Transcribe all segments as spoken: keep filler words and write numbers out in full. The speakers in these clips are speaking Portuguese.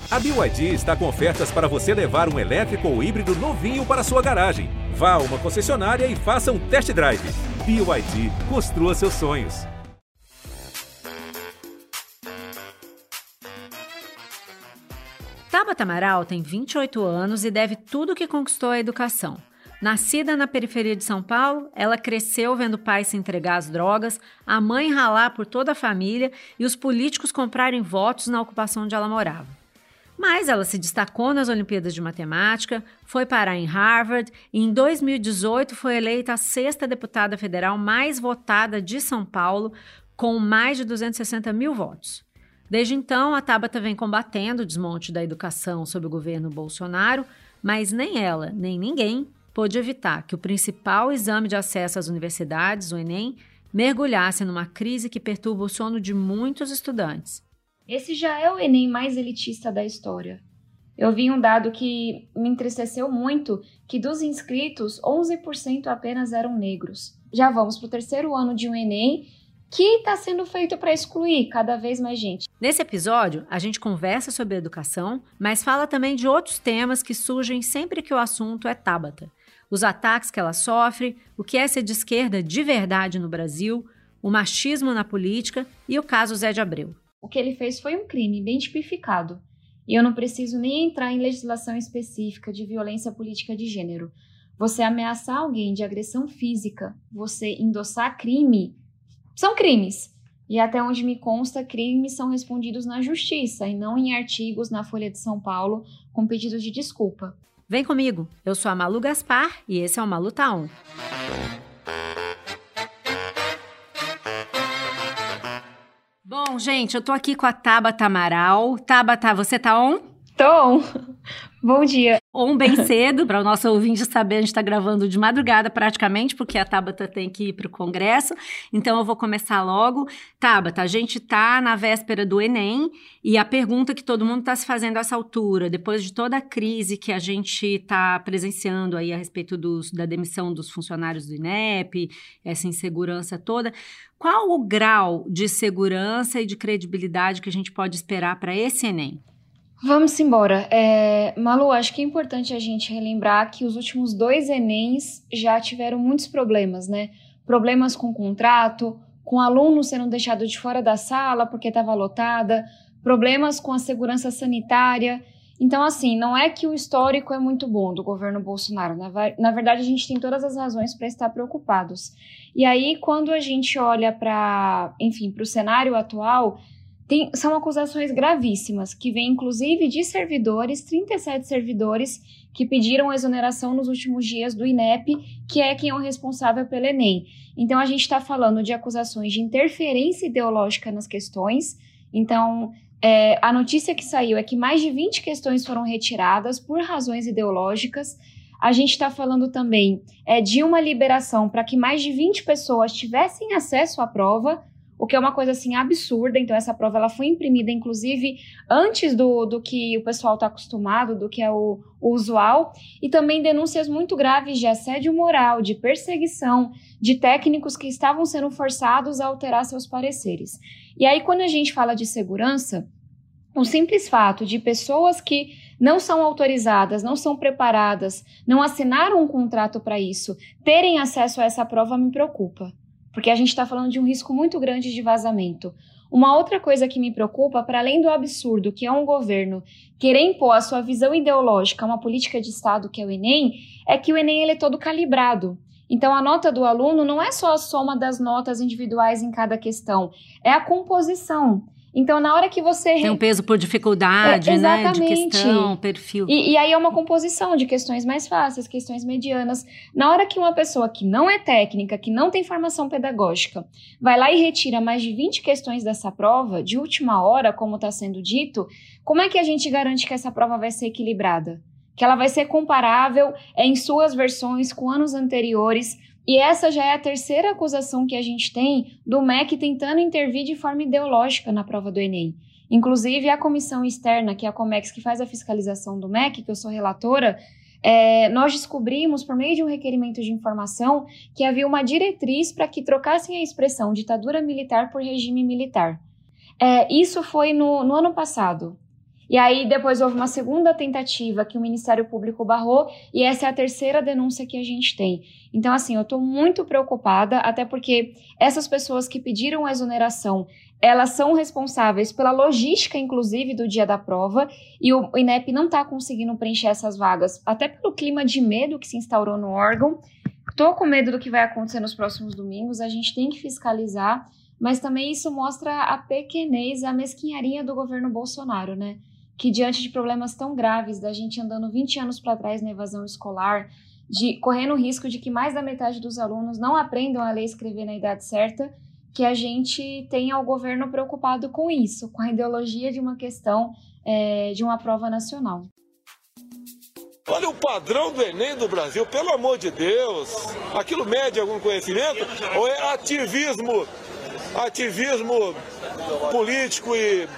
A B Y D está com ofertas para você levar um elétrico ou híbrido novinho para sua garagem. Vá a uma concessionária e faça um test drive. B Y D, construa seus sonhos. Tabata Amaral tem vinte e oito anos e deve tudo o que conquistou à educação. Nascida na periferia de São Paulo, ela cresceu vendo o pai se entregar às drogas, a mãe ralar por toda a família e os políticos comprarem votos na ocupação onde ela morava. Mas ela se destacou nas Olimpíadas de Matemática, foi parar em Harvard e em dois mil e dezoito foi eleita a sexta deputada federal mais votada de São Paulo, com mais de duzentos e sessenta mil votos. Desde então, a Tabata vem combatendo o desmonte da educação sob o governo Bolsonaro, mas nem ela, nem ninguém pôde evitar que o principal exame de acesso às universidades, o Enem, mergulhasse numa crise que perturba o sono de muitos estudantes. Esse já é o Enem mais elitista da história. Eu vi um dado que me entristeceu muito, que dos inscritos, onze por cento apenas eram negros. Já vamos para o terceiro ano de um Enem que está sendo feito para excluir cada vez mais gente. Nesse episódio, a gente conversa sobre educação, mas fala também de outros temas que surgem sempre que o assunto é Tabata. Os ataques que ela sofre, o que é ser de esquerda de verdade no Brasil, o machismo na política e o caso Zé de Abreu. O que ele fez foi um crime bem tipificado. E eu não preciso nem entrar em legislação específica de violência política de gênero. Você ameaçar alguém de agressão física, você endossar crime, são crimes. E até onde me consta, crimes são respondidos na justiça e não em artigos na Folha de São Paulo com pedido de desculpa. Vem comigo, eu sou a Malu Gaspar e esse é o Malu Tá On. Bom, gente, eu tô aqui com a Tabata Amaral. Tabata, você tá on? Tô on. Bom dia. On bem cedo, para o nosso ouvinte saber, a gente está gravando de madrugada praticamente, porque a Tabata tem que ir para o Congresso, então eu vou começar logo. Tabata, a gente está na véspera do Enem e a pergunta que todo mundo está se fazendo a essa altura, depois de toda a crise que a gente está presenciando aí a respeito dos, da demissão dos funcionários do INEP, essa insegurança toda, qual o grau de segurança e de credibilidade que a gente pode esperar para esse Enem? Vamos embora. É, Malu, acho que é importante a gente relembrar que os últimos dois Enems já tiveram muitos problemas, né? Problemas com contrato, com alunos sendo deixados de fora da sala porque estava lotada, problemas com a segurança sanitária. Então, assim, não é que o histórico é muito bom do governo Bolsonaro. Na, na verdade, a gente tem todas as razões para estar preocupados. E aí, quando a gente olha para, enfim, para o cenário atual, Tem, são acusações gravíssimas, que vêm inclusive de servidores, trinta e sete servidores que pediram exoneração nos últimos dias do INEP, que é quem é o responsável pelo Enem. Então a gente está falando de acusações de interferência ideológica nas questões. Então é, a notícia que saiu é que mais de vinte questões foram retiradas por razões ideológicas. A gente está falando também é, de uma liberação para que mais de vinte pessoas tivessem acesso à prova, o que é uma coisa, assim, absurda. Então, essa prova ela foi imprimida, inclusive, antes do, do que o pessoal está acostumado, do que é o, o usual. E também denúncias muito graves de assédio moral, de perseguição, de técnicos que estavam sendo forçados a alterar seus pareceres. E aí, quando a gente fala de segurança, o simples fato de pessoas que não são autorizadas, não são preparadas, não assinaram um contrato para isso, terem acesso a essa prova me preocupa. Porque a gente está falando de um risco muito grande de vazamento. Uma outra coisa que me preocupa, para além do absurdo que é um governo querer impor a sua visão ideológica a uma política de Estado, que é o Enem, é que o Enem ele é todo calibrado. Então, a nota do aluno não é só a soma das notas individuais em cada questão, é a composição. Então, na hora que você... Tem um peso por dificuldade, é, né? De questão, perfil. E, e aí é uma composição de questões mais fáceis, questões medianas. Na hora que uma pessoa que não é técnica, que não tem formação pedagógica, vai lá e retira mais de vinte questões dessa prova, de última hora, como está sendo dito, como é que a gente garante que essa prova vai ser equilibrada? Que ela vai ser comparável é, em suas versões com anos anteriores. E essa já é a terceira acusação que a gente tem do M E C tentando intervir de forma ideológica na prova do Enem. Inclusive, a comissão externa, que é a Comex, que faz a fiscalização do M E C, que eu sou relatora, é, nós descobrimos, por meio de um requerimento de informação, que havia uma diretriz para que trocassem a expressão ditadura militar por regime militar. É, isso foi no, no ano passado. E aí depois houve uma segunda tentativa que o Ministério Público barrou, e essa é a terceira denúncia que a gente tem. Então, assim, eu estou muito preocupada, até porque essas pessoas que pediram a exoneração, elas são responsáveis pela logística, inclusive, do dia da prova, e o INEP não está conseguindo preencher essas vagas, até pelo clima de medo que se instaurou no órgão. Estou com medo do que vai acontecer nos próximos domingos, a gente tem que fiscalizar, mas também isso mostra a pequenez, a mesquinharia do governo Bolsonaro, né? Que diante de problemas tão graves, da gente andando vinte anos para trás na evasão escolar, de correndo o risco de que mais da metade dos alunos não aprendam a ler e escrever na idade certa, que a gente tenha o governo preocupado com isso, com a ideologia de uma questão, é, de uma prova nacional. Olha o padrão do Enem do Brasil, pelo amor de Deus. Aquilo mede algum conhecimento ou é ativismo, ativismo político e...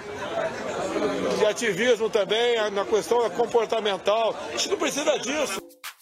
de ativismo também, na questão comportamental? A gente não precisa disso.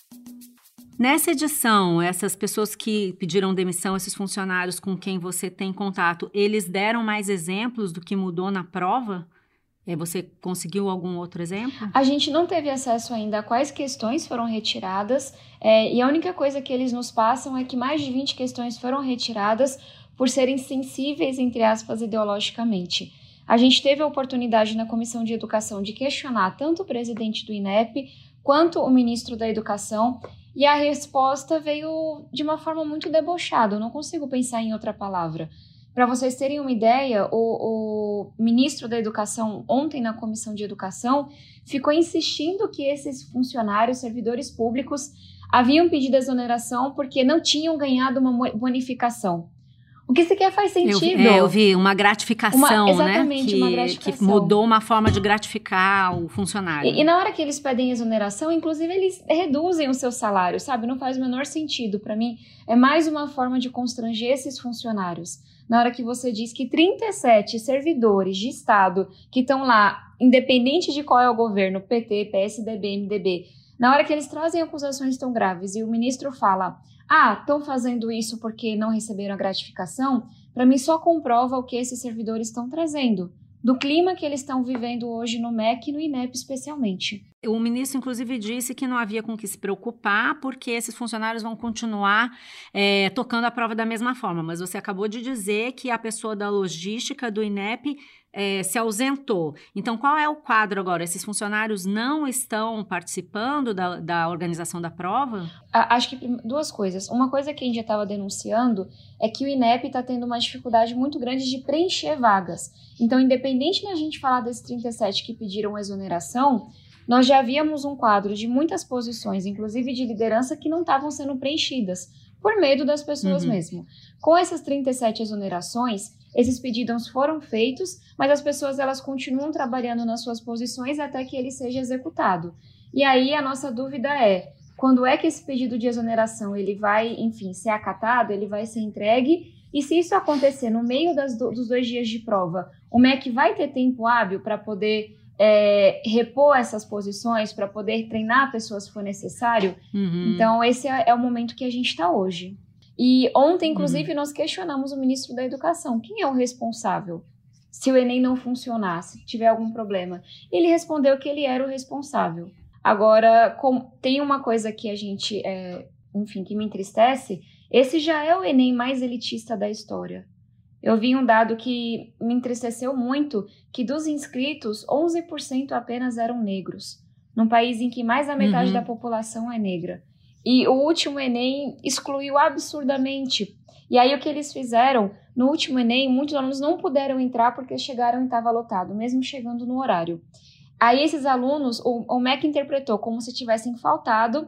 Nessa edição, essas pessoas que pediram demissão, esses funcionários com quem você tem contato, eles deram mais exemplos do que mudou na prova? Você conseguiu algum outro exemplo? A gente não teve acesso ainda a quais questões foram retiradas, é, e a única coisa que eles nos passam é que mais de vinte questões foram retiradas por serem sensíveis, entre aspas, ideologicamente. A gente teve a oportunidade na Comissão de Educação de questionar tanto o presidente do INEP quanto o ministro da Educação, e a resposta veio de uma forma muito debochada, eu não consigo pensar em outra palavra. Para vocês terem uma ideia, o, o ministro da Educação, ontem na Comissão de Educação, ficou insistindo que esses funcionários, servidores públicos, haviam pedido exoneração porque não tinham ganhado uma bonificação. O que sequer faz sentido. Eu, é, eu vi uma gratificação, uma, exatamente, né? Que, uma gratificação. Que mudou uma forma de gratificar o funcionário. E, e na hora que eles pedem exoneração, inclusive eles reduzem o seu salário, sabe? Não faz o menor sentido. Para mim, é mais uma forma de constranger esses funcionários. Na hora que você diz que trinta e sete servidores de Estado que estão lá, independente de qual é o governo, P T, P S D B, M D B, na hora que eles trazem acusações tão graves e o ministro fala... ah, estão fazendo isso porque não receberam a gratificação, para mim só comprova o que esses servidores estão trazendo, do clima que eles estão vivendo hoje no M E C e no INEP especialmente. O ministro, inclusive, disse que não havia com que se preocupar porque esses funcionários vão continuar é, tocando a prova da mesma forma, mas você acabou de dizer que a pessoa da logística do INEP é, se ausentou. Então, qual é o quadro agora? Esses funcionários não estão participando da, da organização da prova? Acho que duas coisas. Uma coisa que a gente já estava denunciando é que o INEP está tendo uma dificuldade muito grande de preencher vagas. Então, independente da gente falar desses trinta e sete que pediram exoneração, nós já víamos um quadro de muitas posições, inclusive de liderança, que não estavam sendo preenchidas, por medo das pessoas uhum. mesmo. Com essas trinta e sete exonerações, esses pedidos foram feitos, mas as pessoas elas continuam trabalhando nas suas posições até que ele seja executado. E aí a nossa dúvida é, quando é que esse pedido de exoneração ele vai, enfim, ser acatado, ele vai ser entregue? E se isso acontecer no meio das do, dos dois dias de prova, o M E C vai ter tempo hábil para poder... É, repor essas posições, para poder treinar pessoas se for necessário. Uhum. Então, esse é, é o momento que a gente está hoje. E ontem, inclusive, uhum. nós questionamos o ministro da Educação. Quem é o responsável se o Enem não funcionar, se tiver algum problema? Ele respondeu que ele era o responsável. Agora, com, tem uma coisa que a gente, é, enfim, que me entristece. Esse já é o Enem mais elitista da história. Eu vi um dado que me entristeceu muito, que dos inscritos, onze por cento apenas eram negros, num país em que mais da metade uhum. da população é negra. E o último Enem excluiu absurdamente. E aí o que eles fizeram, no último Enem, muitos alunos não puderam entrar porque chegaram e estava lotado, mesmo chegando no horário. Aí esses alunos, o, o M E C interpretou como se tivessem faltado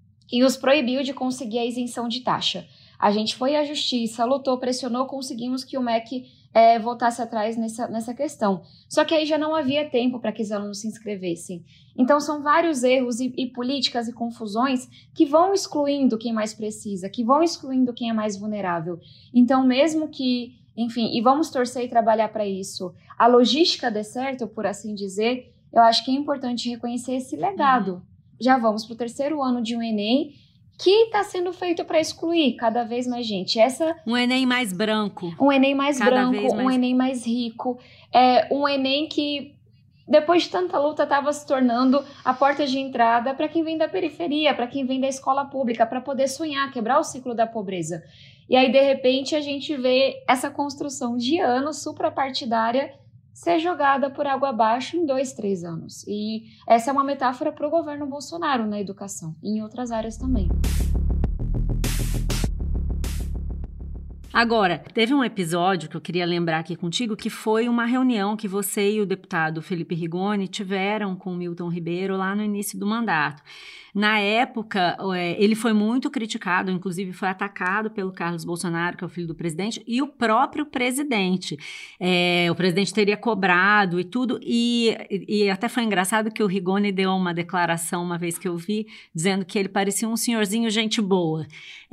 e os proibiu de conseguir a isenção de taxa. A gente foi à justiça, lutou, pressionou, conseguimos que o M E C é, voltasse atrás nessa, nessa questão. Só que aí já não havia tempo para que os alunos se inscrevessem. Então são vários erros e, e políticas e confusões que vão excluindo quem mais precisa, que vão excluindo quem é mais vulnerável. Então mesmo que, enfim, e vamos torcer e trabalhar para isso, a logística dê certo, por assim dizer, eu acho que é importante reconhecer esse legado. Uhum. Já vamos para o terceiro ano de um Enem, que está sendo feito para excluir cada vez mais gente. Essa, um Enem mais branco. Um Enem mais cada branco, vez mais... um Enem mais rico. É, um Enem que depois de tanta luta, estava se tornando a porta de entrada para quem vem da periferia, para quem vem da escola pública, para poder sonhar, quebrar o ciclo da pobreza. E aí, de repente, a gente vê essa construção de anos suprapartidária ser jogada por água abaixo em dois, três anos. E essa é uma metáfora para o governo Bolsonaro na educação e em outras áreas também. Agora, teve um episódio que eu queria lembrar aqui contigo, que foi uma reunião que você e o deputado Felipe Rigoni tiveram com o Milton Ribeiro lá no início do mandato. Na época, ele foi muito criticado, inclusive foi atacado pelo Carlos Bolsonaro, que é o filho do presidente, e o próprio presidente. É, o presidente teria cobrado e tudo, e, e até foi engraçado que o Rigoni deu uma declaração uma vez que eu vi, dizendo que ele parecia um senhorzinho gente boa.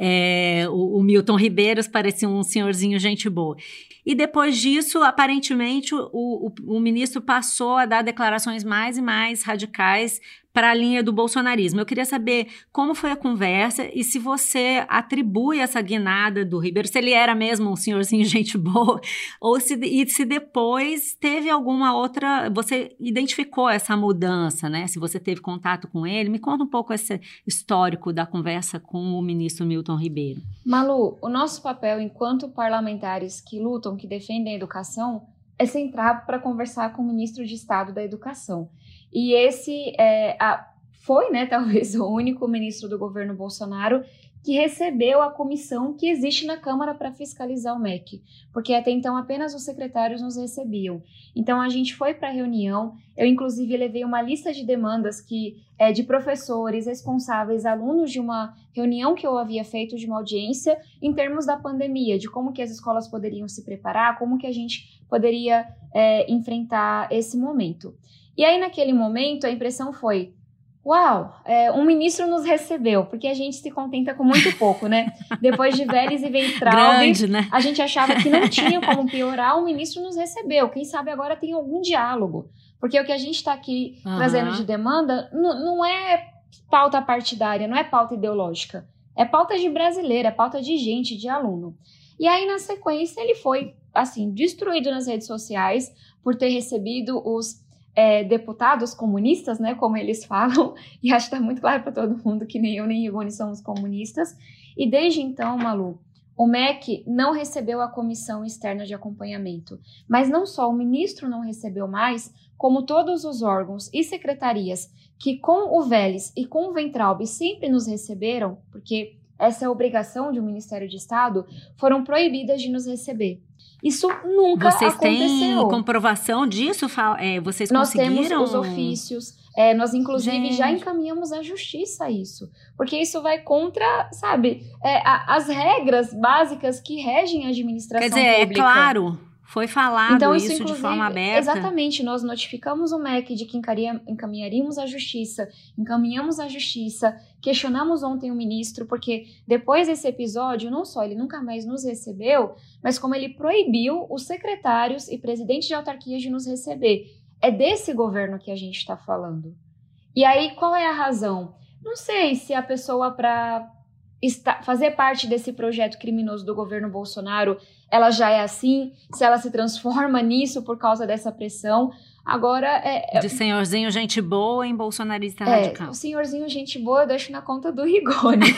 É, o, o Milton Ribeiro parecia um senhorzinho gente boa. E depois disso, aparentemente, o, o, o ministro passou a dar declarações mais e mais radicais para a linha do bolsonarismo. Eu queria saber como foi a conversa e se você atribui essa guinada do Ribeiro, se ele era mesmo um senhorzinho gente boa, ou se, e se depois teve alguma outra, você identificou essa mudança, né? Se você teve contato com ele, me conta um pouco esse histórico da conversa com o ministro Milton Ribeiro. Malu, o nosso papel enquanto parlamentares que lutam, que defendem a educação, é sentar para conversar com o ministro de Estado da Educação. E esse é, a, foi, né, talvez o único ministro do governo Bolsonaro que recebeu a comissão que existe na Câmara para fiscalizar o M E C, porque até então apenas os secretários nos recebiam. Então a gente foi para a reunião, eu inclusive levei uma lista de demandas que, é, de professores, responsáveis, alunos de uma reunião que eu havia feito, de uma audiência, em termos da pandemia, de como que as escolas poderiam se preparar, como que a gente poderia é, enfrentar esse momento. E aí, naquele momento, a impressão foi, uau, é, um ministro nos recebeu, porque a gente se contenta com muito pouco, né? Depois de Vélez e Weintraub, Grande, né? A gente achava que não tinha como piorar, o ministro nos recebeu. Quem sabe agora tem algum diálogo. Porque o que a gente está aqui uhum. trazendo de demanda n- não é pauta partidária, não é pauta ideológica. É pauta de brasileiro, é pauta de gente, de aluno. E aí, na sequência, ele foi, assim, destruído nas redes sociais por ter recebido os É, deputados comunistas, né, como eles falam, e acho que está muito claro para todo mundo que nem eu nem Rigoni somos comunistas, e desde então, Malu, o M E C não recebeu a comissão externa de acompanhamento, mas não só o ministro não recebeu mais, como todos os órgãos e secretarias que com o Vélez e com o Weintraub sempre nos receberam, porque essa é a obrigação de um Ministério de Estado, foram proibidas de nos receber. Isso nunca vocês aconteceu. Vocês têm comprovação disso? É, vocês nós conseguiram? Nós temos os ofícios, é, nós inclusive Gente. já encaminhamos à justiça isso, porque isso vai contra, sabe, é, a, as regras básicas que regem a administração pública. Quer dizer, pública. É claro, foi falado então, isso, isso de forma aberta. Exatamente, nós notificamos o M E C de que encaminharíamos à justiça, encaminhamos à justiça, questionamos ontem o ministro, porque depois desse episódio, não só ele nunca mais nos recebeu, mas como ele proibiu os secretários e presidentes de autarquias de nos receber. É desse governo que a gente está falando. E aí, qual é a razão? Não sei se a pessoa, para fazer parte desse projeto criminoso do governo Bolsonaro, ela já é assim, se ela se transforma nisso por causa dessa pressão. Agora é... De senhorzinho gente boa em bolsonarista é, radical. O senhorzinho gente boa eu deixo na conta do Rigoni.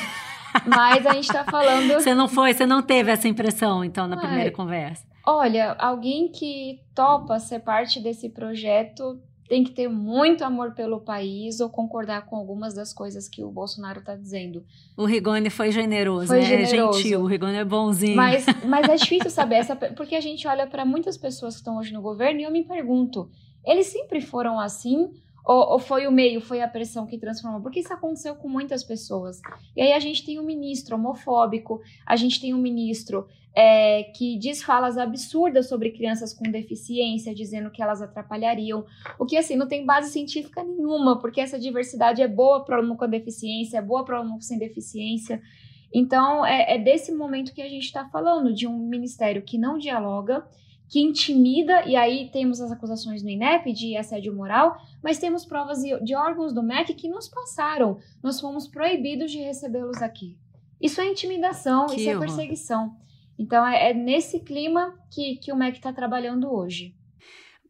Mas a gente tá falando... Você não foi, você não teve essa impressão, então, na Ai, primeira conversa? Olha, alguém que topa ser parte desse projeto tem que ter muito amor pelo país ou concordar com algumas das coisas que o Bolsonaro está dizendo. O Rigoni foi generoso, foi né? Generoso. É gentil, o Rigoni é bonzinho. Mas, mas é difícil saber, essa, porque a gente olha para muitas pessoas que estão hoje no governo e eu me pergunto, eles sempre foram assim ou, ou foi o meio, foi a pressão que transformou? Porque isso aconteceu com muitas pessoas. E aí a gente tem um ministro homofóbico, a gente tem um ministro é, que diz falas absurdas sobre crianças com deficiência, dizendo que elas atrapalhariam, o que assim não tem base científica nenhuma, porque essa diversidade é boa para o aluno com deficiência, é boa para o aluno sem deficiência. Então é, é desse momento que a gente está falando, de um ministério que não dialoga, que intimida, e aí temos as acusações no INEP de assédio moral, mas temos provas de órgãos do M E C que nos passaram. Nós fomos proibidos de recebê-los aqui. Isso é intimidação, que isso é perseguição. Então, é, é nesse clima que, que o M E C está trabalhando hoje.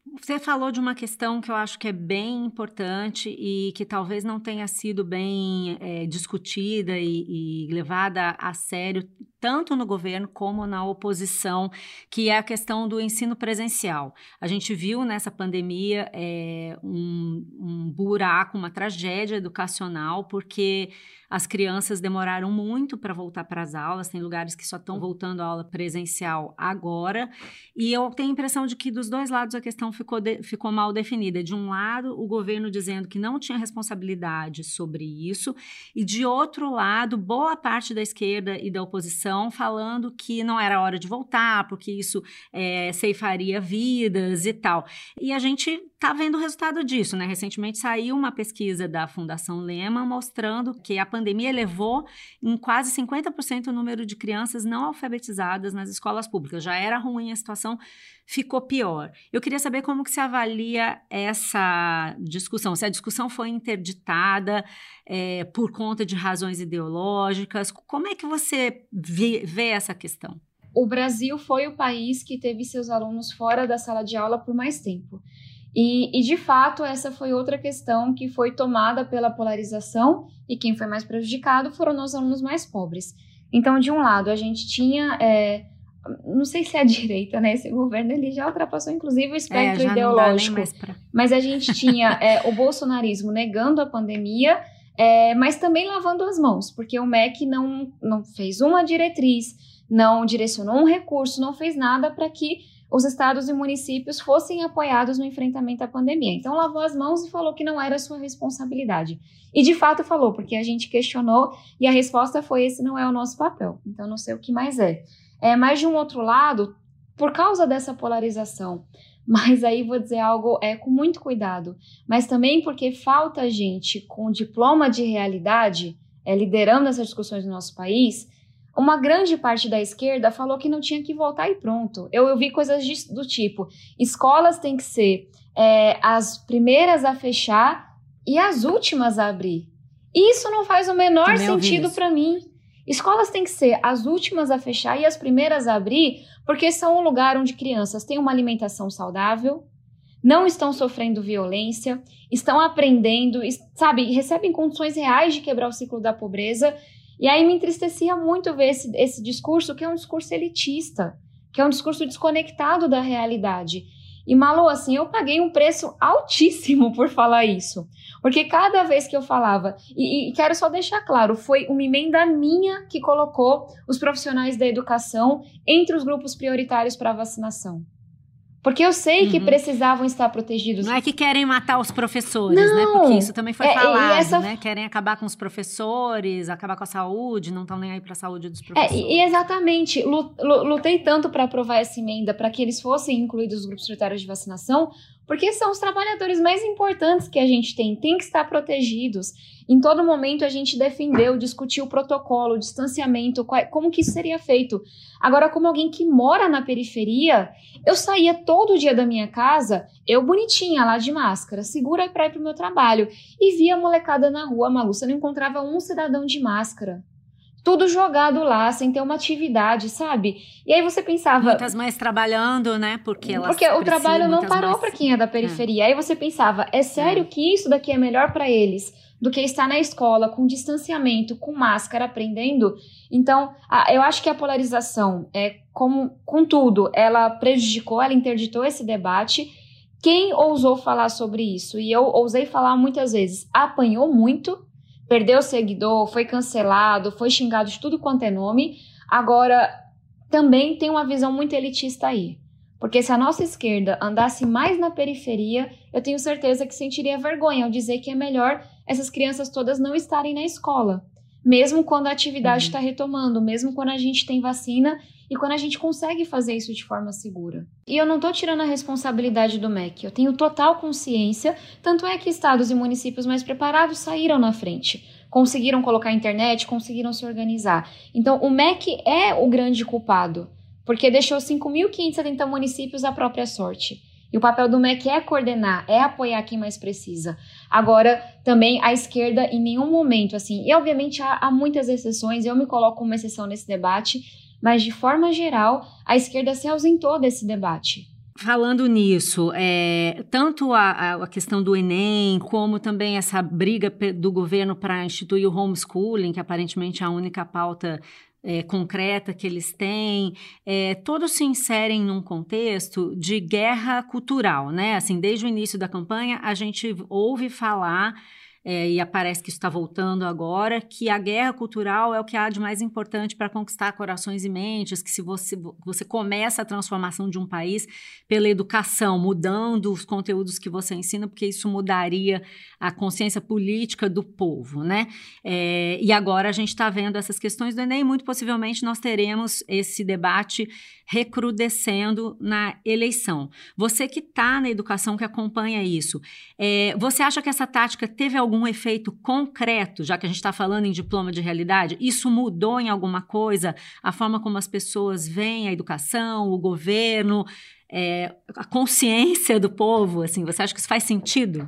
Você falou de uma questão que eu acho que é bem importante e que talvez não tenha sido bem é, discutida e, e levada a sério, tanto no governo como na oposição, que é a questão do ensino presencial. A gente viu nessa pandemia é, um, um buraco, uma tragédia educacional, porque as crianças demoraram muito para voltar para as aulas, tem lugares que só estão voltando à aula presencial agora, e eu tenho a impressão de que dos dois lados a questão ficou, de, ficou mal definida. De um lado, o governo dizendo que não tinha responsabilidade sobre isso, e de outro lado, boa parte da esquerda e da oposição falando que não era hora de voltar, porque isso é, ceifaria vidas e tal. E a gente está vendo o resultado disso, né? Recentemente saiu uma pesquisa da Fundação Lehman mostrando que a pandemia elevou em quase cinquenta por cento o número de crianças não alfabetizadas nas escolas públicas. Já era ruim a situação, ficou pior. Eu queria saber como que se avalia essa discussão, se a discussão foi interditada é, por conta de razões ideológicas, como é que você vê, vê essa questão? O Brasil foi o país que teve seus alunos fora da sala de aula por mais tempo. E, e, de fato, essa foi outra questão que foi tomada pela polarização, e quem foi mais prejudicado foram os alunos mais pobres. Então, de um lado, a gente tinha, é, não sei se é a direita, né? Esse governo ele já ultrapassou, inclusive, o espectro é, ideológico. Pra... Mas a gente tinha é, o bolsonarismo negando a pandemia, é, mas também lavando as mãos, porque o M E C não, não fez uma diretriz, não direcionou um recurso, não fez nada para que os estados e municípios fossem apoiados no enfrentamento à pandemia. Então, lavou as mãos e falou que não era sua responsabilidade. E, de fato, falou, porque a gente questionou e a resposta foi: esse não é o nosso papel. Então, não sei o que mais é. é mas, de um outro lado, por causa dessa polarização, mas aí vou dizer algo é, com muito cuidado, mas também porque falta gente com diploma de realidade é, liderando essas discussões no nosso país. Uma grande parte da esquerda falou que não tinha que voltar e pronto. Eu, eu vi coisas de, do tipo: escolas têm que ser é, as primeiras a fechar e as últimas a abrir. Isso não faz o menor Também sentido para mim. Escolas têm que ser as últimas a fechar e as primeiras a abrir, porque são um lugar onde crianças têm uma alimentação saudável, não estão sofrendo violência, estão aprendendo, sabe, recebem condições reais de quebrar o ciclo da pobreza. E aí me entristecia muito ver esse, esse discurso, que é um discurso elitista, que é um discurso desconectado da realidade. E, Malu, assim, eu paguei um preço altíssimo por falar isso. Porque cada vez que eu falava, e, e quero só deixar claro, foi uma emenda minha que colocou os profissionais da educação entre os grupos prioritários para a vacinação. Porque eu sei uhum. que precisavam estar protegidos. Não é que querem matar os professores, não, né? Porque isso também foi é, falado, essa... né? Querem acabar com os professores, acabar com a saúde, não estão nem aí para a saúde dos professores. É, e exatamente. Lutei tanto para aprovar essa emenda, para que eles fossem incluídos nos grupos prioritários de vacinação, porque são os trabalhadores mais importantes que a gente tem, tem que estar protegidos. Em todo momento a gente defendeu, discutiu o protocolo, o distanciamento, como que isso seria feito. Agora, como alguém que mora na periferia, eu saía todo dia da minha casa, eu bonitinha lá de máscara, segura para ir pro meu trabalho, e via a molecada na rua, Malu, você não encontrava um cidadão de máscara. Tudo jogado lá, sem ter uma atividade, sabe? E aí você pensava... Muitas mães trabalhando, né? Porque elas Porque o trabalho não parou mais... para quem é da periferia. É. Aí você pensava, é sério é. que isso daqui é melhor para eles do que estar na escola, com distanciamento, com máscara, aprendendo? Então, a, eu acho que a polarização, é, como, contudo, ela prejudicou, ela interditou esse debate. Quem ousou falar sobre isso, e eu ousei falar muitas vezes, apanhou muito, perdeu seguidor, foi cancelado, foi xingado de tudo quanto é nome. Agora, também tem uma visão muito elitista aí. Porque se a nossa esquerda andasse mais na periferia, eu tenho certeza que sentiria vergonha ao dizer que é melhor essas crianças todas não estarem na escola. Mesmo quando a atividade está uhum. retomando, mesmo quando a gente tem vacina e quando a gente consegue fazer isso de forma segura. E eu não estou tirando a responsabilidade do M E C, eu tenho total consciência, tanto é que estados e municípios mais preparados saíram na frente, conseguiram colocar a internet, conseguiram se organizar. Então o M E C é o grande culpado, porque deixou cinco mil quinhentos e setenta municípios à própria sorte. E o papel do M E C é coordenar, é apoiar quem mais precisa. Agora, também a esquerda em nenhum momento, assim, e obviamente há, há muitas exceções, eu me coloco como exceção nesse debate, mas de forma geral, a esquerda se ausentou desse debate. Falando nisso, é, tanto a, a questão do Enem, como também essa briga do governo para instituir o homeschooling, que aparentemente é a única pauta é, concreta que eles têm, é, todos se inserem num contexto de guerra cultural, né? Assim, desde o início da campanha, a gente ouve falar... É, e parece que isso está voltando agora, que a guerra cultural é o que há de mais importante para conquistar corações e mentes, que se você, você começa a transformação de um país pela educação, mudando os conteúdos que você ensina, porque isso mudaria a consciência política do povo, né? É, e agora a gente está vendo essas questões do Enem, muito possivelmente nós teremos esse debate recrudescendo na eleição. Você que está na educação, que acompanha isso, é, você acha que essa tática teve algum efeito concreto, já que a gente está falando em diploma de realidade? Isso mudou em alguma coisa? A forma como as pessoas veem a educação, o governo, é, a consciência do povo, assim, você acha que isso faz sentido?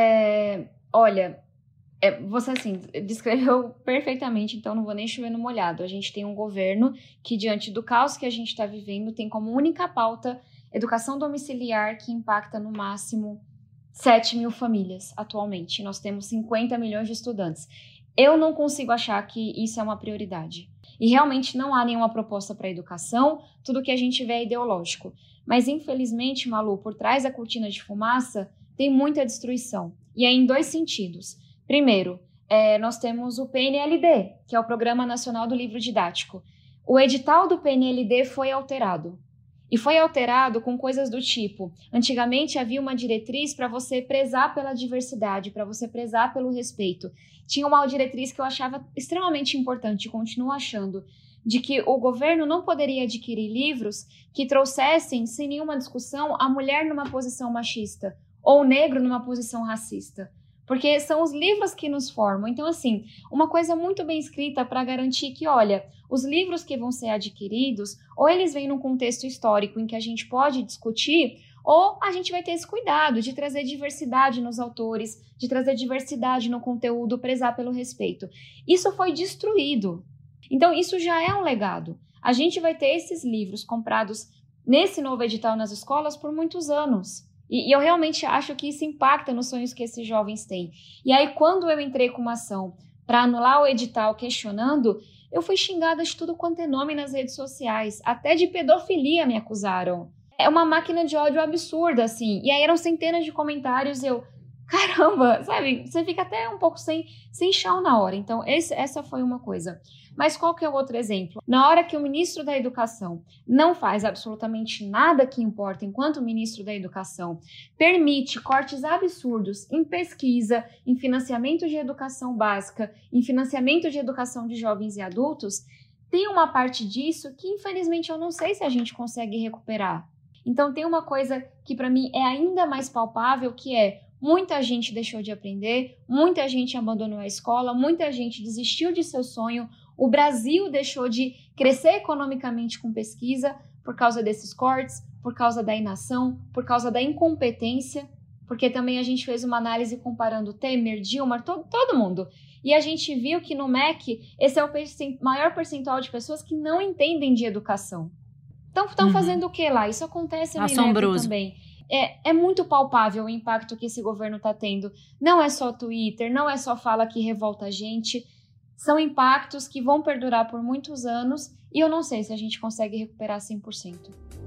É, olha... É, você, assim, descreveu perfeitamente, então não vou nem chover no molhado. A gente tem um governo que, diante do caos que a gente está vivendo, tem como única pauta educação domiciliar, que impacta no máximo sete mil famílias atualmente. Nós temos cinquenta milhões de estudantes. Eu não consigo achar que isso é uma prioridade. E realmente não há nenhuma proposta para a educação, tudo que a gente vê é ideológico. Mas, infelizmente, Malu, por trás da cortina de fumaça, tem muita destruição. E é em dois sentidos. Primeiro, é, nós temos o P N L D, que é o Programa Nacional do Livro Didático. O edital do P N L D foi alterado. E foi alterado com coisas do tipo, antigamente havia uma diretriz para você prezar pela diversidade, para você prezar pelo respeito. Tinha uma diretriz que eu achava extremamente importante, continuo achando, de que o governo não poderia adquirir livros que trouxessem, sem nenhuma discussão, a mulher numa posição machista ou o negro numa posição racista. Porque são os livros que nos formam. Então, assim, uma coisa muito bem escrita para garantir que, olha, os livros que vão ser adquiridos, ou eles vêm num contexto histórico em que a gente pode discutir, ou a gente vai ter esse cuidado de trazer diversidade nos autores, de trazer diversidade no conteúdo, prezar pelo respeito. Isso foi destruído. Então, isso já é um legado. A gente vai ter esses livros comprados nesse novo edital nas escolas por muitos anos. E, e eu realmente acho que isso impacta nos sonhos que esses jovens têm. E aí, quando eu entrei com uma ação para anular o edital questionando, eu fui xingada de tudo quanto é nome nas redes sociais. Até de pedofilia me acusaram. É uma máquina de ódio absurda, assim. E aí eram centenas de comentários, eu... Caramba, sabe? Você fica até um pouco sem, sem chão na hora. Então, esse, essa foi uma coisa. Mas qual que é o outro exemplo? Na hora que o ministro da Educação não faz absolutamente nada que importa enquanto ministro da Educação, permite cortes absurdos em pesquisa, em financiamento de educação básica, em financiamento de educação de jovens e adultos, tem uma parte disso que, infelizmente, eu não sei se a gente consegue recuperar. Então, tem uma coisa que, para mim, é ainda mais palpável, que é muita gente deixou de aprender, muita gente abandonou a escola, muita gente desistiu de seu sonho, o Brasil deixou de crescer economicamente com pesquisa por causa desses cortes, por causa da inação, por causa da incompetência, porque também a gente fez uma análise comparando Temer, Dilma, todo, todo mundo. E a gente viu que no M E C, esse é o maior percentual de pessoas que não entendem de educação. Então, estão uhum. fazendo o que lá? Isso acontece no INEP também. É, é muito palpável o impacto que esse governo está tendo. Não é só Twitter, não é só fala que revolta a gente. São impactos que vão perdurar por muitos anos e eu não sei se a gente consegue recuperar cem por cento.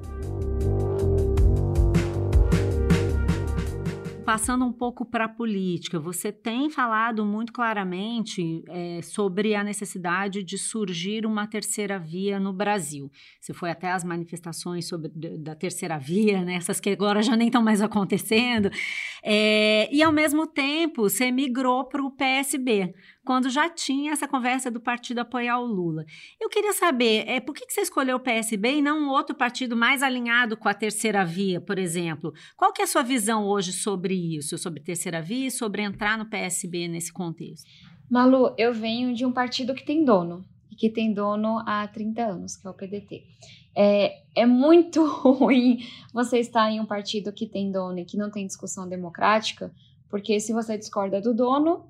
Passando um pouco para a política, você tem falado muito claramente é, sobre a necessidade de surgir uma terceira via no Brasil. Você foi até às manifestações sobre, da terceira via, né, essas que agora já nem estão mais acontecendo, é, e ao mesmo tempo você migrou para o P S B, quando já tinha essa conversa do partido apoiar o Lula. Eu queria saber, é, por que, que você escolheu o P S B e não um outro partido mais alinhado com a terceira via, por exemplo? Qual que é a sua visão hoje sobre isso, sobre terceira via e sobre entrar no P S B nesse contexto? Malu, eu venho de um partido que tem dono, e que tem dono há trinta anos, que é o P D T. É, é muito ruim você estar em um partido que tem dono e que não tem discussão democrática, porque se você discorda do dono,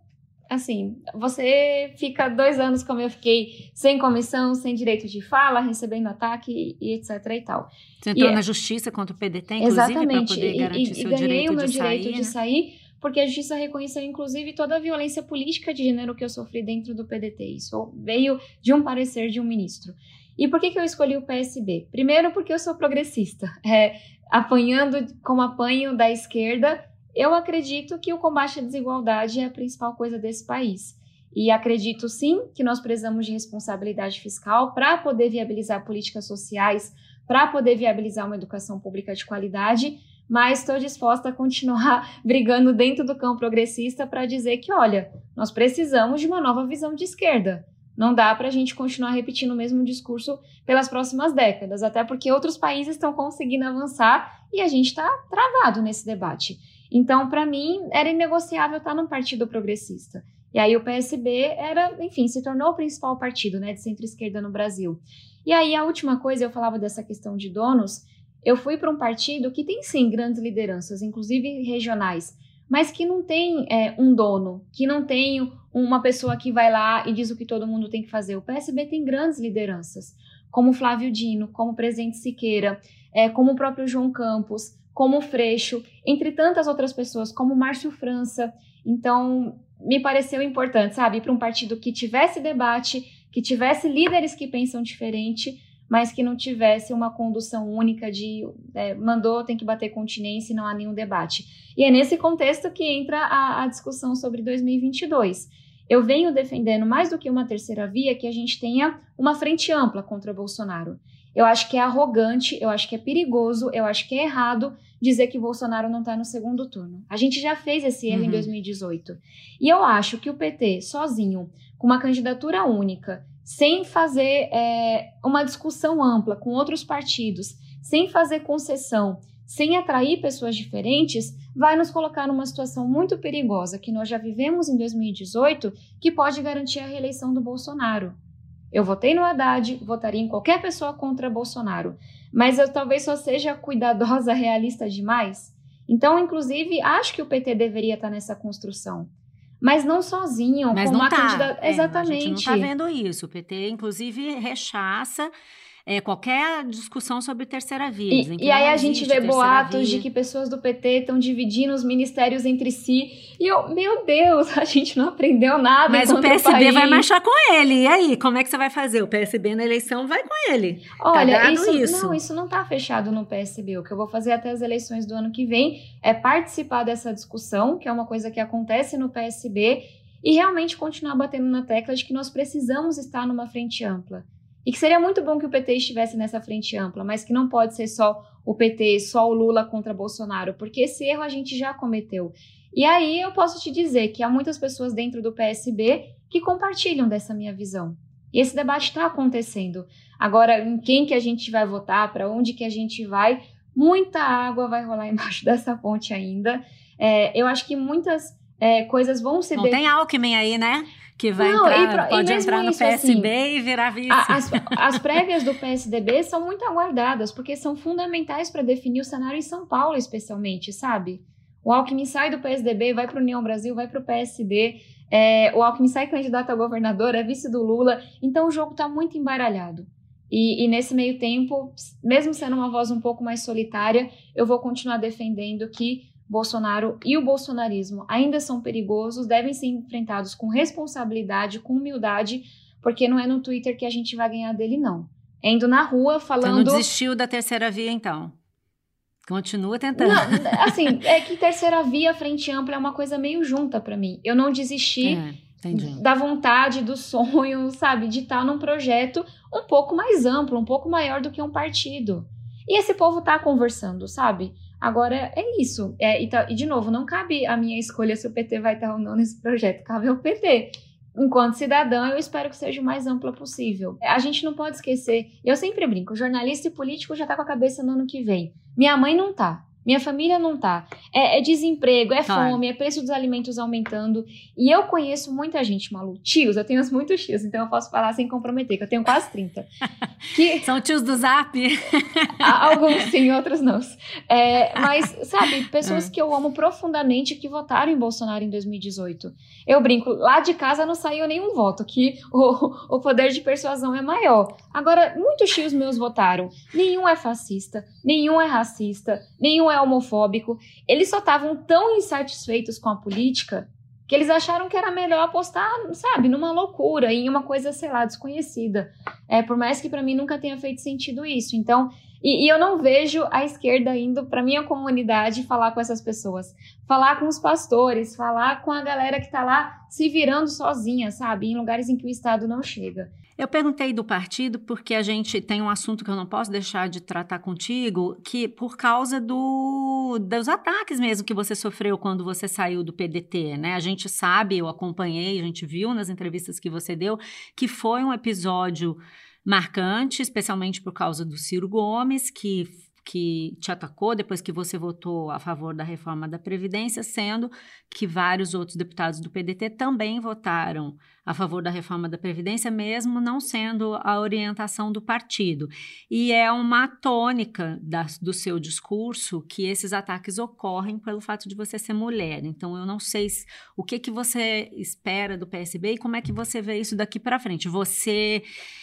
assim, você fica dois anos como eu fiquei, sem comissão, sem direito de fala, recebendo ataque e etc e tal. Você entrou e, na justiça contra o P D T, inclusive, para poder garantir e, e, seu e ganhei direito o meu de direito sair, de né? sair, porque a justiça reconheceu, inclusive, toda a violência política de gênero que eu sofri dentro do P D T. Isso veio de um parecer de um ministro. E por que, que eu escolhi o P S B? Primeiro, porque eu sou progressista. É, apanhando como apanho da esquerda, eu acredito que o combate à desigualdade é a principal coisa desse país. E acredito, sim, que nós precisamos de responsabilidade fiscal para poder viabilizar políticas sociais, para poder viabilizar uma educação pública de qualidade, mas estou disposta a continuar brigando dentro do campo progressista para dizer que, olha, nós precisamos de uma nova visão de esquerda. Não dá para a gente continuar repetindo o mesmo discurso pelas próximas décadas, até porque outros países estão conseguindo avançar e a gente está travado nesse debate. Então, para mim, era inegociável estar num partido progressista. E aí o P S B era, enfim, se tornou o principal partido, né, de centro-esquerda no Brasil. E aí a última coisa, eu falava dessa questão de donos, eu fui para um partido que tem sim grandes lideranças, inclusive regionais, mas que não tem é, um dono, que não tem uma pessoa que vai lá e diz o que todo mundo tem que fazer. O P S B tem grandes lideranças, como Flávio Dino, como o presidente Siqueira, é, como o próprio João Campos, como o Freixo, entre tantas outras pessoas, como o Márcio França. Então, me pareceu importante, sabe, ir para um partido que tivesse debate, que tivesse líderes que pensam diferente, mas que não tivesse uma condução única de é, mandou, tem que bater continência e não há nenhum debate. E é nesse contexto que entra a, a discussão sobre dois mil e vinte e dois. Eu venho defendendo, mais do que uma terceira via, que a gente tenha uma frente ampla contra Bolsonaro. Eu acho que é arrogante, eu acho que é perigoso, eu acho que é errado dizer que Bolsonaro não está no segundo turno. A gente já fez esse erro uhum. em dois mil e dezoito. E eu acho que o P T, sozinho, com uma candidatura única, sem fazer é, uma discussão ampla com outros partidos, sem fazer concessão, sem atrair pessoas diferentes, vai nos colocar numa situação muito perigosa que nós já vivemos em dois mil e dezoito, que pode garantir a reeleição do Bolsonaro. Eu votei no Haddad, votaria em qualquer pessoa contra Bolsonaro, mas eu talvez só seja cuidadosa, realista demais. Então, inclusive, acho que o P T deveria estar nessa construção. Mas não sozinho, mas com não uma tá. candidata... É, Exatamente. A gente não está vendo isso. O P T, inclusive, rechaça é, qualquer discussão sobre terceira via. E, e aí a gente vê boatos via. de que pessoas do P T estão dividindo os ministérios entre si. E eu, meu Deus, a gente não aprendeu nada. Mas o P S B vai marchar com ele. E aí, como é que você vai fazer? O P S B na eleição vai com ele. Olha, tá isso, isso. Não, isso não está fechado no P S B. O que eu vou fazer até as eleições do ano que vem é participar dessa discussão, que é uma coisa que acontece no P S B, e realmente continuar batendo na tecla de que nós precisamos estar numa frente ampla. E que seria muito bom que o P T estivesse nessa frente ampla, mas que não pode ser só o P T, só o Lula contra Bolsonaro, porque esse erro a gente já cometeu. E aí eu posso te dizer que há muitas pessoas dentro do P S B que compartilham dessa minha visão. E esse debate está acontecendo. Agora, em quem que a gente vai votar, para onde que a gente vai, muita água vai rolar embaixo dessa ponte ainda. É, eu acho que muitas é, coisas vão se... Não de... tem Alckmin aí, né? Que vai não, entrar, e pro, pode e entrar no isso, P S B assim, e virar vice. As, as prévias do P S D B são muito aguardadas, porque são fundamentais para definir o cenário em São Paulo, especialmente, sabe? O Alckmin sai do P S D B, vai para o União Brasil, vai para o P S D, é, o Alckmin sai candidato a governador, é vice do Lula, então o jogo está muito embaralhado. E, e nesse meio tempo, mesmo sendo uma voz um pouco mais solitária, eu vou continuar defendendo que Bolsonaro e o bolsonarismo ainda são perigosos, devem ser enfrentados com responsabilidade, com humildade, porque não é no Twitter que a gente vai ganhar dele, não. É indo na rua falando... Você não desistiu da terceira via, então? Continua tentando. Não, assim, é que terceira via, frente ampla, é uma coisa meio junta pra mim. Eu não desisti é, da vontade, do sonho, sabe, de estar num projeto um pouco mais amplo, um pouco maior do que um partido. E esse povo tá conversando, sabe? Agora, é isso. É, e, tá, e, de novo, não cabe a minha escolha se o P T vai estar ou não nesse projeto. Cabe ao P T. Enquanto cidadã, eu espero que seja o mais ampla possível. A gente não pode esquecer... Eu sempre brinco, jornalista e político já tá com a cabeça no ano que vem. Minha mãe não tá. Minha família não tá. É, é desemprego, é Claro. fome, é preço dos alimentos aumentando. E eu conheço muita gente, Malu. Tios, eu tenho muitos tios, então eu posso falar sem comprometer, que eu tenho quase trinta. Que, São tios do Zap? alguns sim, outros não. É, mas, sabe, pessoas que eu amo profundamente que votaram em Bolsonaro em dois mil e dezoito. Eu brinco, lá de casa não saiu nenhum voto, que o, o poder de persuasão é maior. Agora, muitos tios meus votaram. Nenhum é fascista, nenhum é racista, nenhum é homofóbico. Eles só estavam tão insatisfeitos com a política que eles acharam que era melhor apostar, sabe, numa loucura, em uma coisa, sei lá, desconhecida. É, por mais que para mim nunca tenha feito sentido isso. Então, e, e eu não vejo a esquerda indo para minha comunidade falar com essas pessoas, falar com os pastores, falar com a galera que tá lá se virando sozinha, sabe, em lugares em que o Estado não chega. Eu perguntei do partido porque a gente tem um assunto que eu não posso deixar de tratar contigo, que por causa do, dos ataques mesmo que você sofreu quando você saiu do P D T, né? A gente sabe, eu acompanhei, a gente viu nas entrevistas que você deu, que foi um episódio marcante, especialmente por causa do Ciro Gomes, que que te atacou depois que você votou a favor da reforma da Previdência, sendo que vários outros deputados do P D T também votaram a favor da reforma da Previdência, mesmo não sendo a orientação do partido. E é uma tônica da, do seu discurso que esses ataques ocorrem pelo fato de você ser mulher. Então, eu não sei se, o que, que você espera do P S B e como é que você vê isso daqui para frente. Você...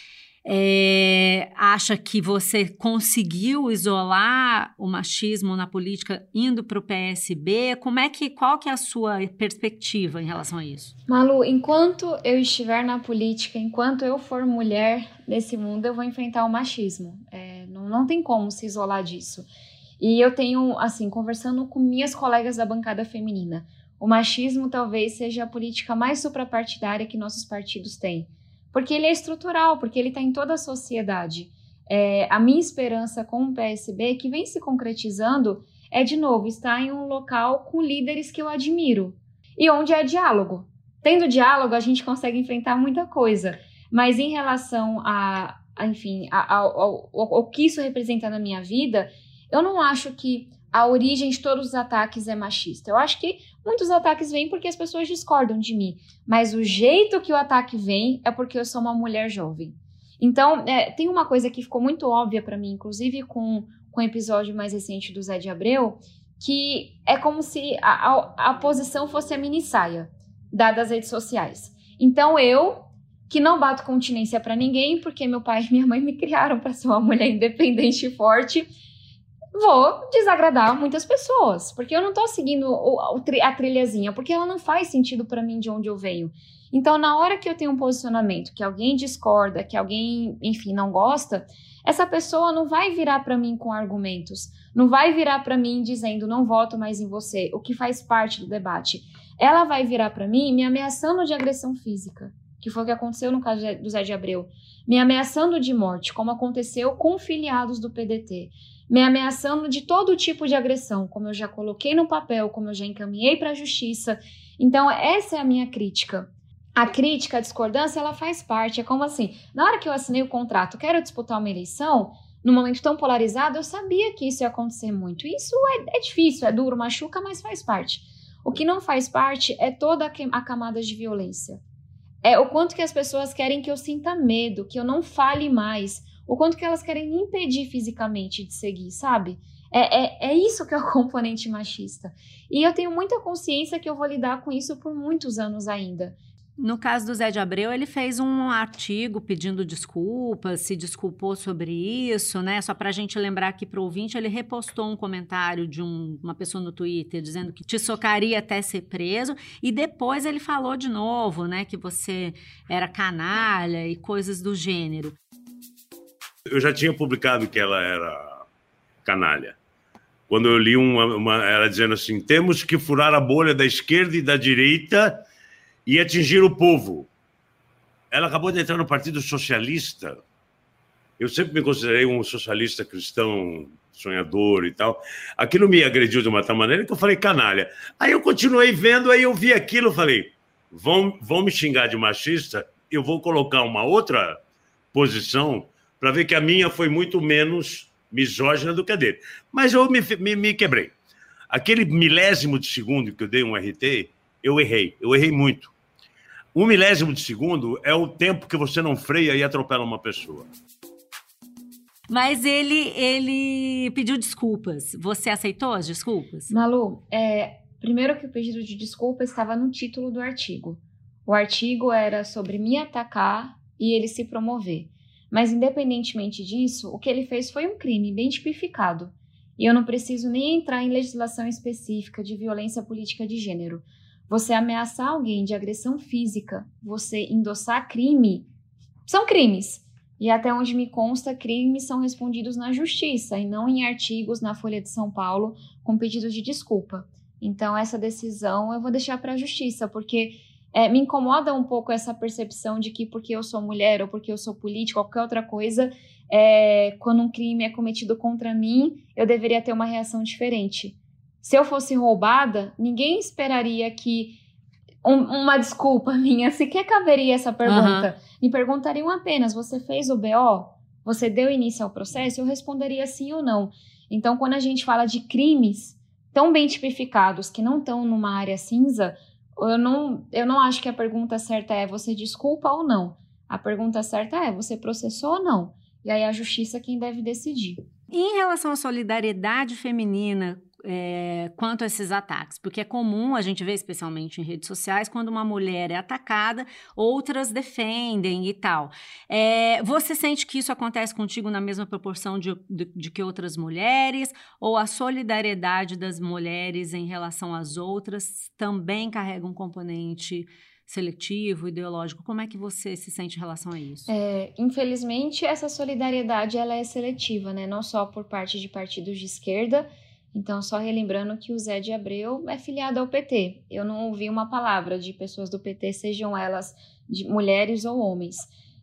É, acha que você conseguiu isolar o machismo na política indo para o P S B? Como é que, qual que é a sua perspectiva em relação a isso? Malu, enquanto eu estiver na política, enquanto eu for mulher nesse mundo, eu vou enfrentar o machismo. É, não, não tem como se isolar disso. E eu tenho, assim, conversando com minhas colegas da bancada feminina, o machismo talvez seja a política mais suprapartidária que nossos partidos têm. Porque ele é estrutural, porque ele está em toda a sociedade. É, a minha esperança com o P S B, que vem se concretizando, é, de novo, estar em um local com líderes que eu admiro. E onde há diálogo. Tendo diálogo, a gente consegue enfrentar muita coisa. Mas em relação a, a enfim, a, a, ao, ao, ao que isso representa na minha vida, eu não acho que a origem de todos os ataques é machista. Eu acho que muitos ataques vêm porque as pessoas discordam de mim. Mas o jeito que o ataque vem é porque eu sou uma mulher jovem. Então, é, tem uma coisa que ficou muito óbvia para mim, inclusive com, com o episódio mais recente do Zé de Abreu, que é como se a, a, a posição fosse a mini saia das redes sociais. Então, eu, que não bato continência para ninguém, porque meu pai e minha mãe me criaram para ser uma mulher independente e forte, vou desagradar muitas pessoas, porque eu não tô seguindo o, o, a trilhazinha, porque ela não faz sentido para mim de onde eu venho. Então, na hora que eu tenho um posicionamento, que alguém discorda, que alguém, enfim, não gosta, essa pessoa não vai virar para mim com argumentos, não vai virar para mim dizendo, não voto mais em você, o que faz parte do debate. Ela vai virar para mim me ameaçando de agressão física, que foi o que aconteceu no caso do Zé de Abreu, me ameaçando de morte, como aconteceu com filiados do P D T, me ameaçando de todo tipo de agressão, como eu já coloquei no papel, como eu já encaminhei para a justiça. Então, essa é a minha crítica. A crítica, a discordância, ela faz parte. É como assim, na hora que eu assinei o contrato, quero disputar uma eleição, num momento tão polarizado, eu sabia que isso ia acontecer muito. Isso é, é difícil, é duro, machuca, mas faz parte. O que não faz parte é toda a camada de violência. É o quanto que as pessoas querem que eu sinta medo, que eu não fale mais, o quanto que elas querem me impedir fisicamente de seguir, sabe? É, é, é isso que é o componente machista. E eu tenho muita consciência que eu vou lidar com isso por muitos anos ainda. No caso do Zé de Abreu, ele fez um artigo pedindo desculpas, se desculpou sobre isso, né? Só para a gente lembrar aqui para o ouvinte, ele repostou um comentário de um, uma pessoa no Twitter dizendo que te socaria até ser preso, e depois ele falou de novo, né? Que você era canalha e coisas do gênero. Eu já tinha publicado que ela era canalha. Quando eu li uma, uma, ela dizendo assim, temos que furar a bolha da esquerda e da direita e atingir o povo. Ela acabou de entrar no Partido Socialista. Eu sempre me considerei um socialista cristão, sonhador e tal. Aquilo me agrediu de uma tal maneira que eu falei canalha. Aí eu continuei vendo, aí eu vi aquilo e falei, vão, vão me xingar de machista, eu vou colocar uma outra posição para ver que a minha foi muito menos misógina do que a dele. Mas eu me, me, me quebrei. Aquele milésimo de segundo que eu dei um R T, eu errei. Eu errei muito. Um milésimo de segundo é o tempo que você não freia e atropela uma pessoa. Mas ele, ele pediu desculpas. Você aceitou as desculpas? Malu, é, primeiro que o pedido de desculpa estava no título do artigo. O artigo era sobre me atacar e ele se promover. Mas, independentemente disso, o que ele fez foi um crime bem tipificado. E eu não preciso nem entrar em legislação específica de violência política de gênero. Você ameaçar alguém de agressão física, você endossar crime, são crimes. E até onde me consta, crimes são respondidos na justiça e não em artigos na Folha de São Paulo com pedidos de desculpa. Então, essa decisão eu vou deixar para a justiça, porque é, me incomoda um pouco essa percepção de que porque eu sou mulher ou porque eu sou político ou qualquer outra coisa, é, quando um crime é cometido contra mim, eu deveria ter uma reação diferente. Se eu fosse roubada, ninguém esperaria que um, uma desculpa minha sequer caberia essa pergunta. Uhum. Me perguntariam apenas, você fez o B O? Você deu início ao processo? Eu responderia sim ou não. Então, quando a gente fala de crimes tão bem tipificados que não estão numa área cinza, eu não, eu não acho que a pergunta certa é você desculpa ou não. A pergunta certa é você processou ou não. E aí a justiça é quem deve decidir. E em relação à solidariedade feminina, É, quanto a esses ataques, porque é comum a gente ver, especialmente em redes sociais, quando uma mulher é atacada, outras defendem e tal. É, você sente que isso acontece contigo na mesma proporção de, de, de que outras mulheres, ou a solidariedade das mulheres em relação às outras também carrega um componente seletivo, ideológico? Como é que você se sente em relação a isso? É, infelizmente, essa solidariedade ela é seletiva, né? Não só por parte de partidos de esquerda. Então, só relembrando que o Zé de Abreu é filiado ao P T. Eu não ouvi uma palavra de pessoas do P T, sejam elas de mulheres ou homens.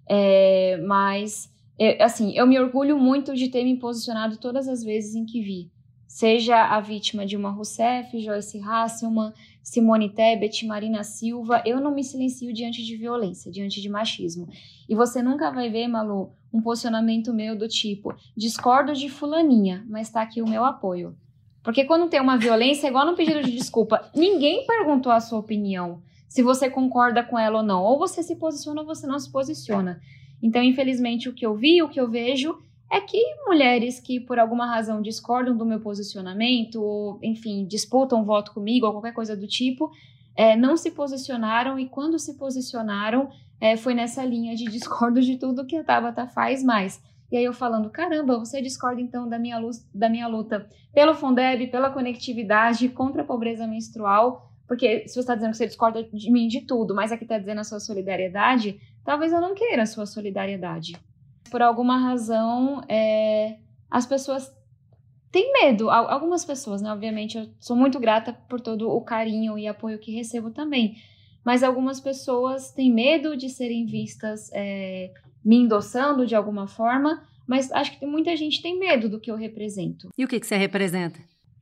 É, mas, é, assim, eu me orgulho muito de ter me posicionado todas as vezes em que vi. Seja a vítima Dilma Rousseff, Joyce Hasselmann, Simone Tebet, Marina Silva, eu não me silencio diante de violência, diante de machismo. E você nunca vai ver, Malu, um posicionamento meu do tipo, discordo de fulaninha, mas tá aqui o meu apoio. Porque quando tem uma violência, é igual no pedido de desculpa, ninguém perguntou a sua opinião, se você concorda com ela ou não. Ou você se posiciona ou você não se posiciona. Então, infelizmente, o que eu vi, o que eu vejo, é que mulheres que, por alguma razão, discordam do meu posicionamento, ou, enfim, disputam voto comigo, ou qualquer coisa do tipo, é, não se posicionaram, e quando se posicionaram, é, foi nessa linha de discordo de tudo que a Tabata faz mais. E aí eu falando, caramba, você discorda então da minha, luta, da minha luta pelo Fundeb, pela conectividade, contra a pobreza menstrual, porque se você está dizendo que você discorda de mim de tudo, mas aqui está dizendo a sua solidariedade, talvez eu não queira a sua solidariedade. Por alguma razão, é, as pessoas têm medo, algumas pessoas, né? Obviamente, eu sou muito grata por todo o carinho e apoio que recebo também, mas algumas pessoas têm medo de serem vistas é, me endossando de alguma forma, mas acho que muita gente tem medo do que eu represento. E o que, que você representa?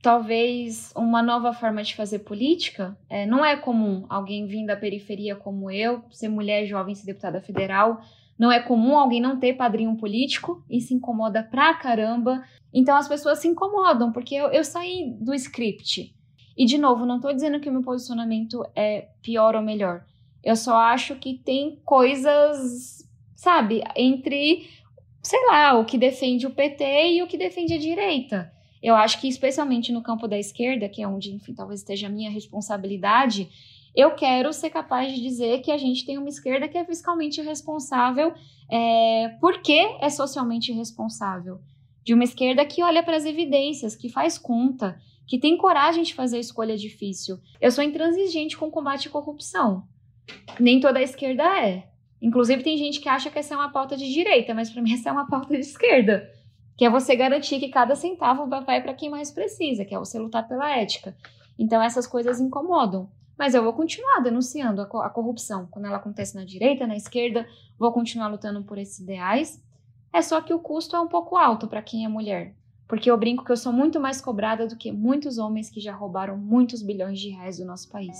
Talvez uma nova forma de fazer política. É, não é comum alguém vir da periferia como eu, ser mulher jovem, ser deputada federal. Não é comum alguém não ter padrinho político e se incomoda pra caramba. Então as pessoas se incomodam, porque eu, eu saí do script. E, de novo, não tô dizendo que o meu posicionamento é pior ou melhor. Eu só acho que tem coisas, sabe, entre, sei lá, o que defende o P T e o que defende a direita. Eu acho que, especialmente no campo da esquerda, que é onde, enfim, talvez esteja a minha responsabilidade, eu quero ser capaz de dizer que a gente tem uma esquerda que é fiscalmente responsável, é, porque é socialmente responsável. De uma esquerda que olha para as evidências, que faz conta, que tem coragem de fazer escolha difícil. Eu sou intransigente com o combate à corrupção. Nem toda a esquerda é. Inclusive, tem gente que acha que essa é uma pauta de direita, mas para mim essa é uma pauta de esquerda. Que é você garantir que cada centavo vai para quem mais precisa, que é você lutar pela ética. Então, essas coisas incomodam. Mas eu vou continuar denunciando a corrupção. Quando ela acontece na direita, na esquerda, vou continuar lutando por esses ideais. É só que o custo é um pouco alto para quem é mulher. Porque eu brinco que eu sou muito mais cobrada do que muitos homens que já roubaram muitos bilhões de reais do nosso país.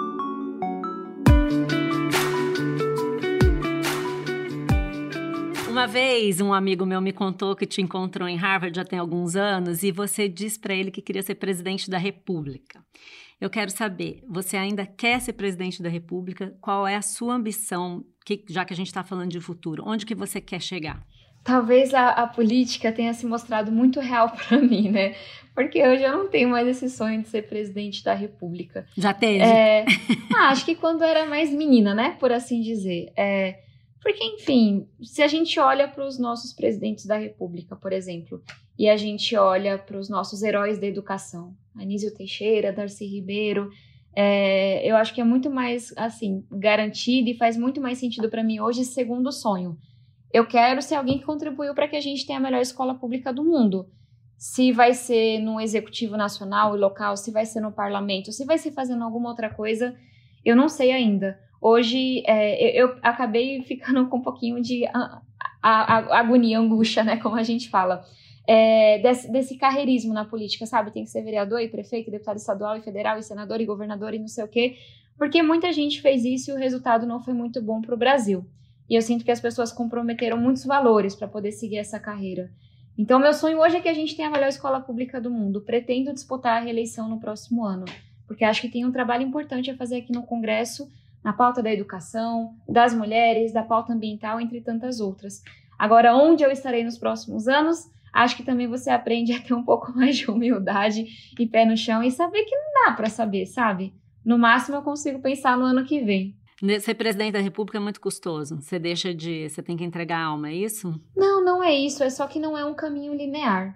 Uma Uma vez, um amigo meu me contou que te encontrou em Harvard já tem alguns anos e você disse para ele que queria ser presidente da República. Eu quero saber, você ainda quer ser presidente da República? Qual é a sua ambição, que, já que a gente está falando de futuro? Onde que você quer chegar? Talvez a, a política tenha se mostrado muito real para mim, né? Porque hoje eu não tenho mais esse sonho de ser presidente da República. Já teve? É, ah, acho que quando eu era mais menina, né? Por assim dizer. É, porque, enfim, se a gente olha para os nossos presidentes da República, por exemplo, e a gente olha para os nossos heróis da educação, Anísio Teixeira, Darcy Ribeiro, é, eu acho que é muito mais, assim, garantido e faz muito mais sentido para mim hoje esse segundo sonho. Eu quero ser alguém que contribuiu para que a gente tenha a melhor escola pública do mundo. Se vai ser no executivo nacional e local, se vai ser no parlamento, se vai ser fazendo alguma outra coisa, eu não sei ainda. Hoje, é, eu, eu acabei ficando com um pouquinho de a, a, a agonia, angústia, né, como a gente fala, é, desse, desse carreirismo na política, sabe? Tem que ser vereador e prefeito, e deputado estadual e federal e senador e governador e não sei o quê, porque muita gente fez isso e o resultado não foi muito bom para o Brasil. E eu sinto que as pessoas comprometeram muitos valores para poder seguir essa carreira. Então, meu sonho hoje é que a gente tenha a melhor escola pública do mundo. Pretendo disputar a reeleição no próximo ano, porque acho que tem um trabalho importante a fazer aqui no Congresso, na pauta da educação, das mulheres, da pauta ambiental, entre tantas outras. Agora, onde eu estarei nos próximos anos, acho que também você aprende a ter um pouco mais de humildade e pé no chão e saber que não dá para saber, sabe? No máximo, eu consigo pensar no ano que vem. Ser presidente da República é muito custoso. Você deixa de... Você tem que entregar a alma, é isso? Não, não é isso. É só que não é um caminho linear.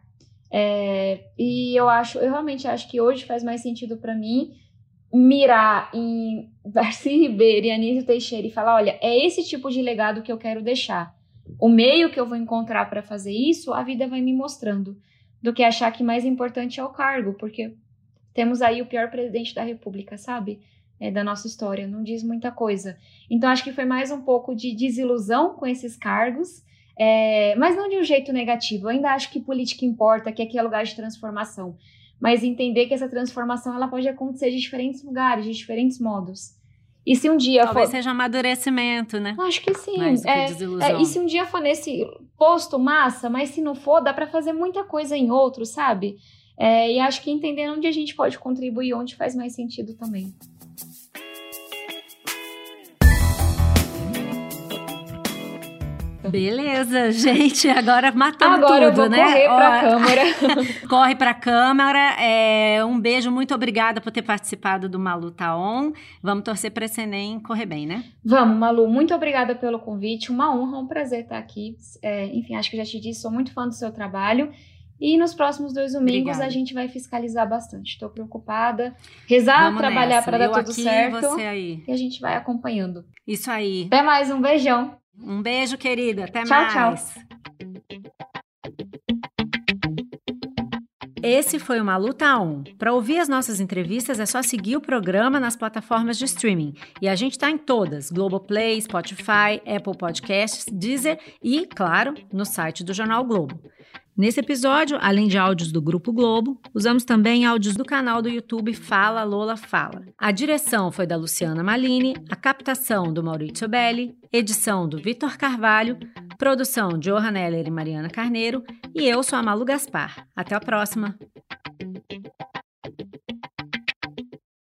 É, e eu acho... Eu realmente acho que hoje faz mais sentido para mim mirar em Darcy Ribeiro e Anísio Teixeira e falar, olha, é esse tipo de legado que eu quero deixar. O meio que eu vou encontrar para fazer isso, a vida vai me mostrando. Do que achar que mais importante é o cargo, porque temos aí o pior presidente da República, sabe? É, da nossa história, não diz muita coisa. Então, acho que foi mais um pouco de desilusão com esses cargos, é, mas não de um jeito negativo. Eu ainda acho que política importa, que aqui é lugar de transformação, mas entender que essa transformação ela pode acontecer de diferentes lugares, de diferentes modos. E se um dia Talvez for... seja amadurecimento, né? Acho que sim. Mais do que é, desilusão. É, e se um dia for nesse posto, massa, mas se não for, dá para fazer muita coisa em outro, sabe? É, e acho que entendendo onde a gente pode contribuir, onde faz mais sentido também. Beleza, gente, agora matamos agora tudo, né? Agora eu vou correr pra Ó, câmera. Corre pra câmera. É, um beijo, muito obrigada por ter participado do Malu Tá On. Vamos torcer pra esse Enem correr bem, né? Vamos, Malu, muito obrigada pelo convite, uma honra, um prazer estar aqui. É, enfim, acho que já te disse, sou muito fã do seu trabalho. E nos próximos dois domingos Obrigada. A gente vai fiscalizar bastante. Estou preocupada. Rezar, Vamos trabalhar para dar Eu tudo aqui, certo. Você aí. E a gente vai acompanhando. Isso aí. Até mais, um beijão. Um beijo, querida. Até tchau, mais. Tchau, tchau. Esse foi o Malu Tá On. Para ouvir as nossas entrevistas é só seguir o programa nas plataformas de streaming. E a gente está em todas: Globoplay, Spotify, Apple Podcasts, Deezer e, claro, no site do Jornal Globo. Nesse episódio, além de áudios do Grupo Globo, usamos também áudios do canal do YouTube Fala Lola Fala. A direção foi da Luciana Malini, a captação do Maurício Belli, edição do Vitor Carvalho, produção de Johanna Heller e Mariana Carneiro, e eu sou a Malu Gaspar. Até a próxima!